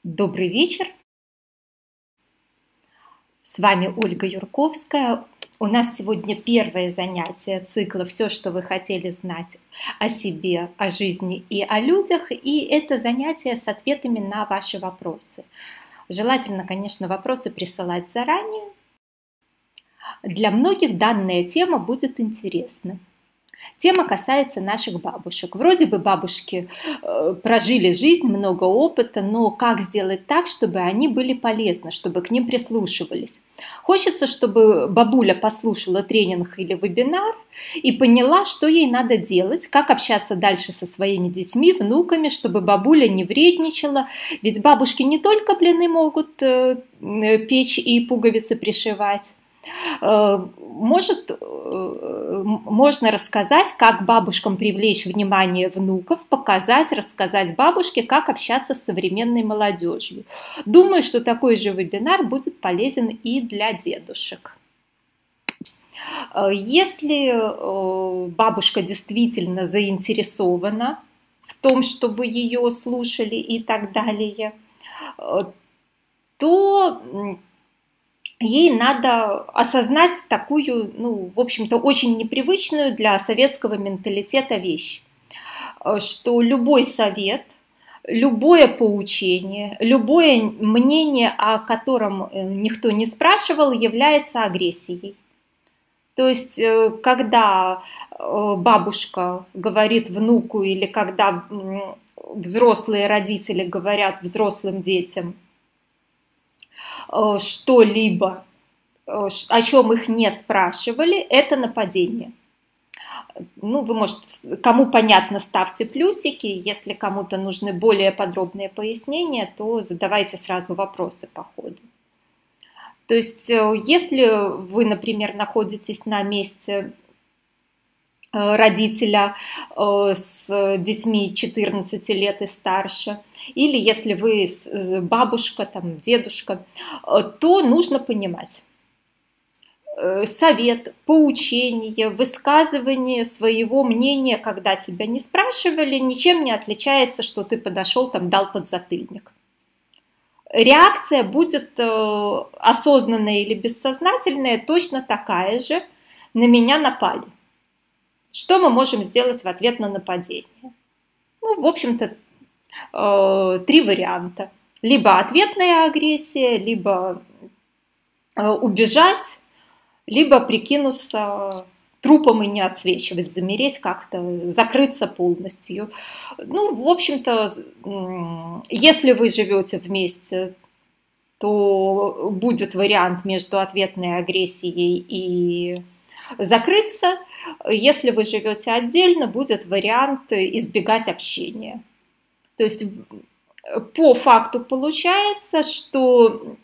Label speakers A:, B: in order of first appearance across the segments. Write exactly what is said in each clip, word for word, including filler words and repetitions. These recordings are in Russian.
A: Добрый вечер, с вами Ольга Юрковская. У нас сегодня первое занятие цикла «Все, что вы хотели знать о себе, о жизни и о людях». И это занятие с ответами на ваши вопросы. Желательно, конечно, вопросы присылать заранее. Для многих данная тема будет интересна. Тема касается наших бабушек. Вроде бы бабушки э, прожили жизнь, много опыта, но как сделать так, чтобы они были полезны, чтобы к ним прислушивались? Хочется, чтобы бабуля послушала тренинг или вебинар и поняла, что ей надо делать, как общаться дальше со своими детьми, внуками, чтобы бабуля не вредничала. Ведь бабушки не только блины могут э, печь и пуговицы пришивать. Может, можно рассказать, как бабушкам привлечь внимание внуков, показать, рассказать бабушке, как общаться с современной молодежью. Думаю, что такой же вебинар будет полезен и для дедушек. Если бабушка действительно заинтересована в том, чтобы ее слушали и так далее, то ей надо осознать такую, ну, в общем-то, очень непривычную для советского менталитета вещь, что любой совет, любое поучение, любое мнение, о котором никто не спрашивал, является агрессией. То есть, когда бабушка говорит внуку или когда взрослые родители говорят взрослым детям что-либо, о чем их не спрашивали, это нападение. Ну, вы, может, кому понятно, ставьте плюсики. Если кому-то нужны более подробные пояснения, то задавайте сразу вопросы по ходу. То есть, если вы, например, находитесь на месте родителя с детьми четырнадцати лет и старше, или если вы бабушка, там, дедушка, то нужно понимать, совет, поучение, высказывание своего мнения, когда тебя не спрашивали, ничем не отличается, что ты подошел, там, дал подзатыльник. Реакция будет осознанная или бессознательная, точно такая же: на меня напали. Что мы можем сделать в ответ на нападение? Ну, в общем-то, три варианта. Либо ответная агрессия, либо убежать, либо прикинуться трупом и не отсвечивать, замереть как-то, закрыться полностью. Ну, в общем-то, если вы живете вместе, то будет вариант между ответной агрессией и закрыться. Если вы живете отдельно, будет вариант избегать общения. То есть по факту получается, что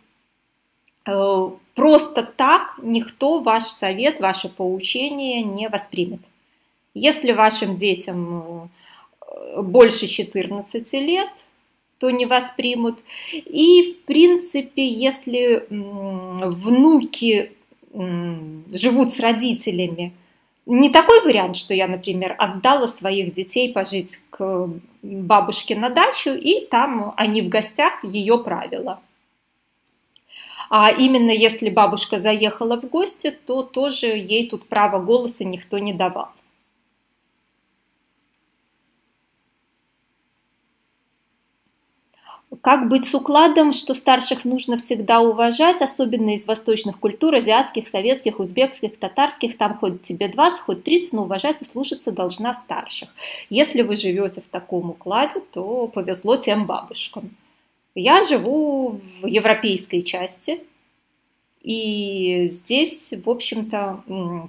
A: просто так никто ваш совет, ваше поучение не воспримет. Если вашим детям больше четырнадцати лет, то не воспримут. И, в принципе, если внуки живут с родителями, не такой вариант, что я, например, отдала своих детей пожить к бабушке на дачу, и там они в гостях, ее правила. А именно если бабушка заехала в гости, то тоже ей тут права голоса никто не давал. Как быть с укладом, что старших нужно всегда уважать, особенно из восточных культур, азиатских, советских, узбекских, татарских, там хоть тебе двадцать, хоть тридцать, но уважать и слушаться должна старших. Если вы живете в таком укладе, то повезло тем бабушкам. Я живу в европейской части, и здесь, в общем-то,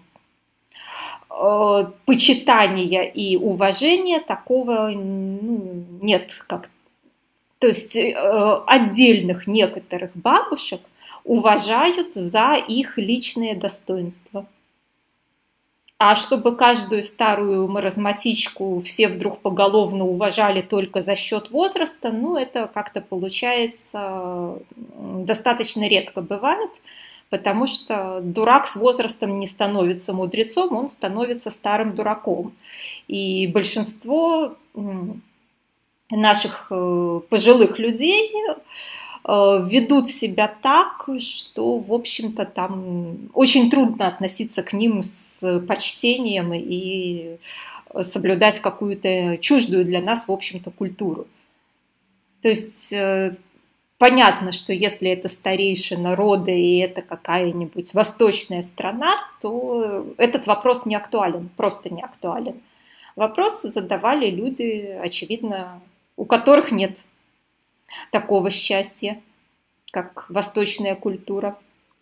A: почитания и уважения такого, ну, нет как. То есть отдельных некоторых бабушек уважают за их личные достоинства. А чтобы каждую старую маразматичку все вдруг поголовно уважали только за счет возраста, ну, это как-то получается достаточно редко бывает, потому что дурак с возрастом не становится мудрецом, он становится старым дураком. И большинство наших э, пожилых людей э, ведут себя так, что, в общем-то, там очень трудно относиться к ним с почтением и соблюдать какую-то чуждую для нас, в общем-то, культуру. То есть э, понятно, что если это старейшина рода и это какая-нибудь восточная страна, то этот вопрос не актуален, просто не актуален. Вопрос задавали люди, очевидно, у которых нет такого счастья, как восточная культура.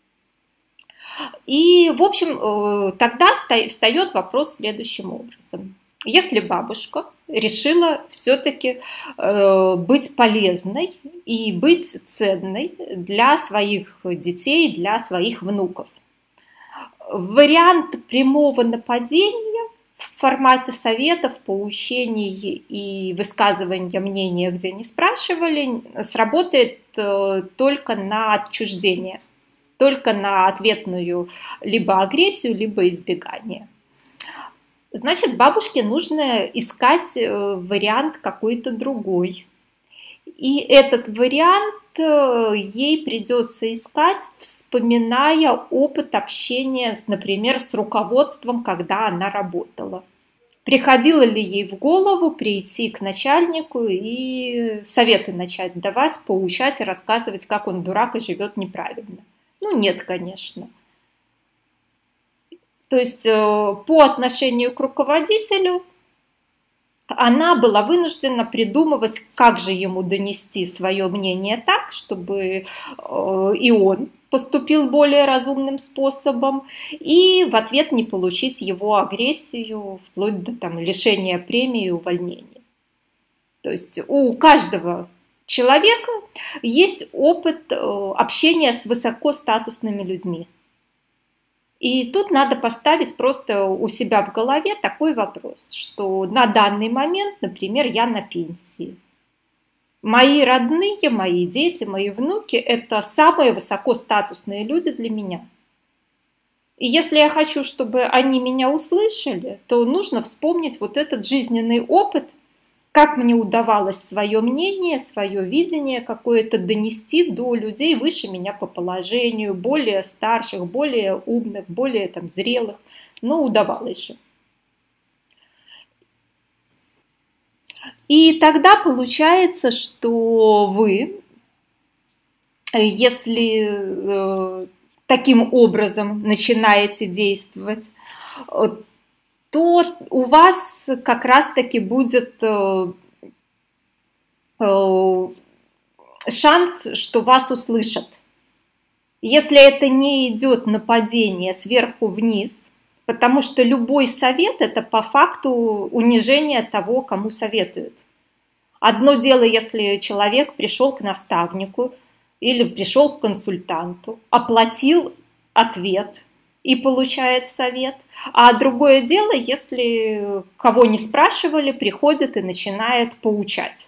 A: И, в общем, тогда встает вопрос следующим образом. Если бабушка решила все-таки быть полезной и быть ценной для своих детей, для своих внуков, вариант прямого нападения в формате советов, поучений и высказывания мнения, где не спрашивали, сработает только на отчуждение, только на ответную либо агрессию, либо избегание. Значит, бабушке нужно искать вариант какой-то другой. И этот вариант ей придется искать, вспоминая опыт общения, например, с руководством, когда она работала. Приходило ли ей в голову прийти к начальнику и советы начать давать, поучать и рассказывать, как он дурак и живет неправильно? Ну, нет, конечно. То есть по отношению к руководителю она была вынуждена придумывать, как же ему донести свое мнение так, чтобы и он поступил более разумным способом, и в ответ не получить его агрессию, вплоть до там, лишения премии и увольнения. То есть у каждого человека есть опыт общения с высокостатусными людьми. И тут надо поставить просто у себя в голове такой вопрос, что на данный момент, например, я на пенсии. Мои родные, мои дети, мои внуки – это самые высокостатусные люди для меня. И если я хочу, чтобы они меня услышали, то нужно вспомнить вот этот жизненный опыт, как мне удавалось свое мнение, свое видение какое-то донести до людей выше меня по положению, более старших, более умных, более там, зрелых, но удавалось же. И тогда получается, что вы, если э, таким образом начинаете действовать, то у вас как раз-таки будет э, э, шанс, что вас услышат. Если это не идет нападение сверху вниз, потому что любой совет – это по факту унижение того, кому советуют. Одно дело, если человек пришел к наставнику или пришел к консультанту, оплатил ответ и получает совет. А другое дело, если кого не спрашивали, приходит и начинает поучать.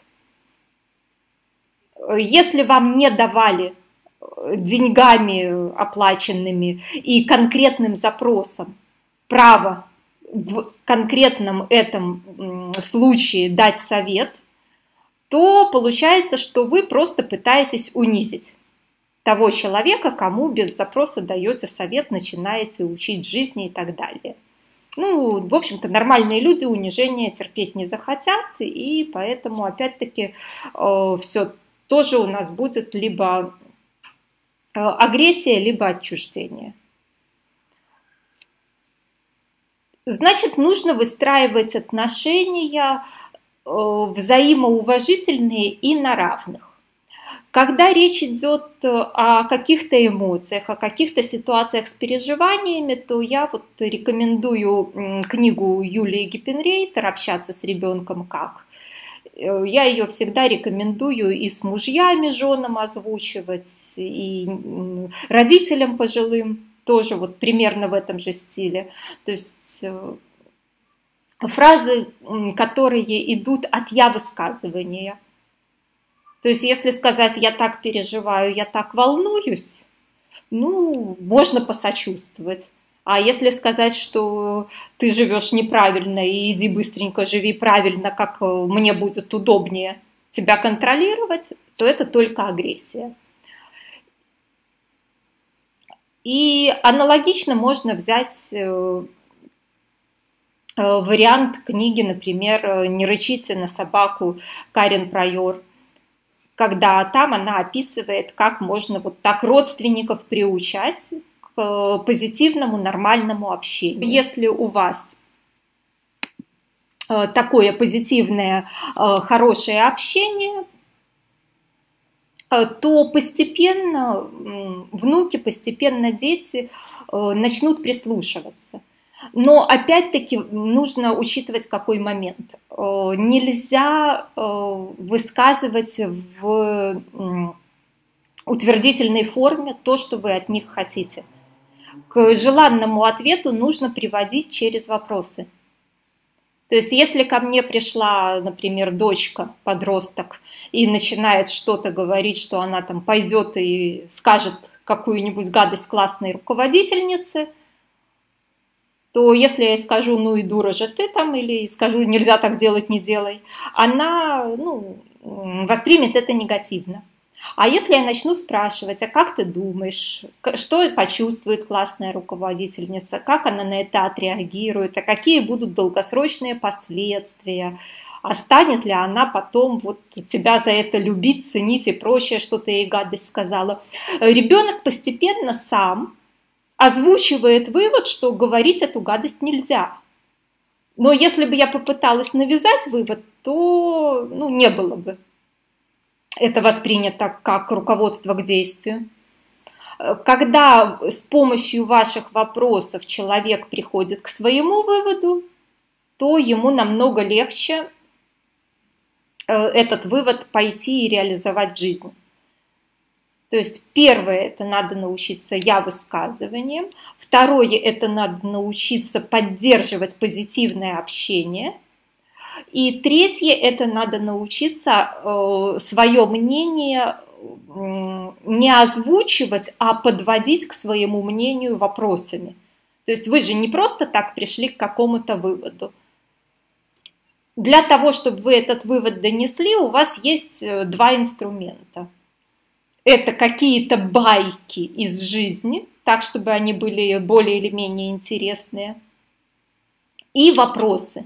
A: Если вам не давали деньгами оплаченными и конкретным запросом право в конкретном этом случае дать совет, то получается, что вы просто пытаетесь унизить того человека, кому без запроса даете совет, начинаете учить жизни и так далее. Ну, в общем-то, нормальные люди унижения терпеть не захотят, и поэтому, опять-таки, все тоже у нас будет либо агрессия, либо отчуждение. Значит, нужно выстраивать отношения взаимоуважительные и на равных. Когда речь идет о каких-то эмоциях, о каких-то ситуациях с переживаниями, то я вот рекомендую книгу Юлии Гиппенрейтер «Общаться с ребенком как». Я ее всегда рекомендую и с мужьями, женам озвучивать, и родителям пожилым тоже вот примерно в этом же стиле. То есть фразы, которые идут от я-высказывания. То есть если сказать «я так переживаю, я так волнуюсь», ну, можно посочувствовать. А если сказать, что ты живешь неправильно и иди быстренько живи правильно, как мне будет удобнее, тебя контролировать, то это только агрессия. И аналогично можно взять вариант книги, например, «Не рычите на собаку» Карен Прайор, когда там она описывает, как можно вот так родственников приучать к позитивному, нормальному общению. Если у вас такое позитивное, хорошее общение, то постепенно внуки, постепенно дети начнут прислушиваться. Но опять-таки нужно учитывать какой момент. Нельзя высказывать в утвердительной форме то, что вы от них хотите. К желанному ответу нужно приводить через вопросы. То есть если ко мне пришла, например, дочка, подросток, и начинает что-то говорить, что она там пойдет и скажет какую-нибудь гадость классной руководительнице, то если я ей скажу, ну и дура же ты там, или скажу, нельзя так делать, не делай, она ну, воспримет это негативно. А если я начну спрашивать, а как ты думаешь, что почувствует классная руководительница, как она на это отреагирует, а какие будут долгосрочные последствия, а станет ли она потом вот тебя за это любить, ценить и прочее, что ты ей гадость сказала. Ребенок постепенно сам озвучивает вывод, что говорить эту гадость нельзя. Но если бы я попыталась навязать вывод, то ну, не было бы это воспринято как руководство к действию. Когда с помощью ваших вопросов человек приходит к своему выводу, то ему намного легче этот вывод пойти и реализовать в жизни. То есть первое – это надо научиться я-высказыванием. Второе – это надо научиться поддерживать позитивное общение. И третье – это надо научиться э, свое мнение э, не озвучивать, а подводить к своему мнению вопросами. То есть вы же не просто так пришли к какому-то выводу. Для того, чтобы вы этот вывод донесли, у вас есть два инструмента. Это какие-то байки из жизни, так, чтобы они были более или менее интересные, и вопросы.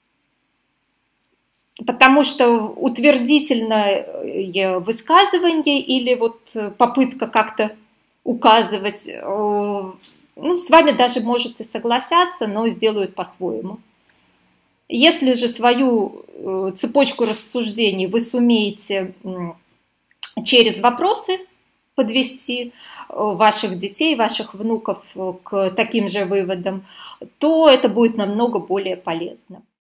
A: Потому что утвердительное высказывание или вот попытка как-то указывать, ну, с вами даже может и согласятся, но сделают по-своему. Если же свою цепочку рассуждений вы сумеете через вопросы подвести ваших детей, ваших внуков к таким же выводам, то это будет намного более полезно.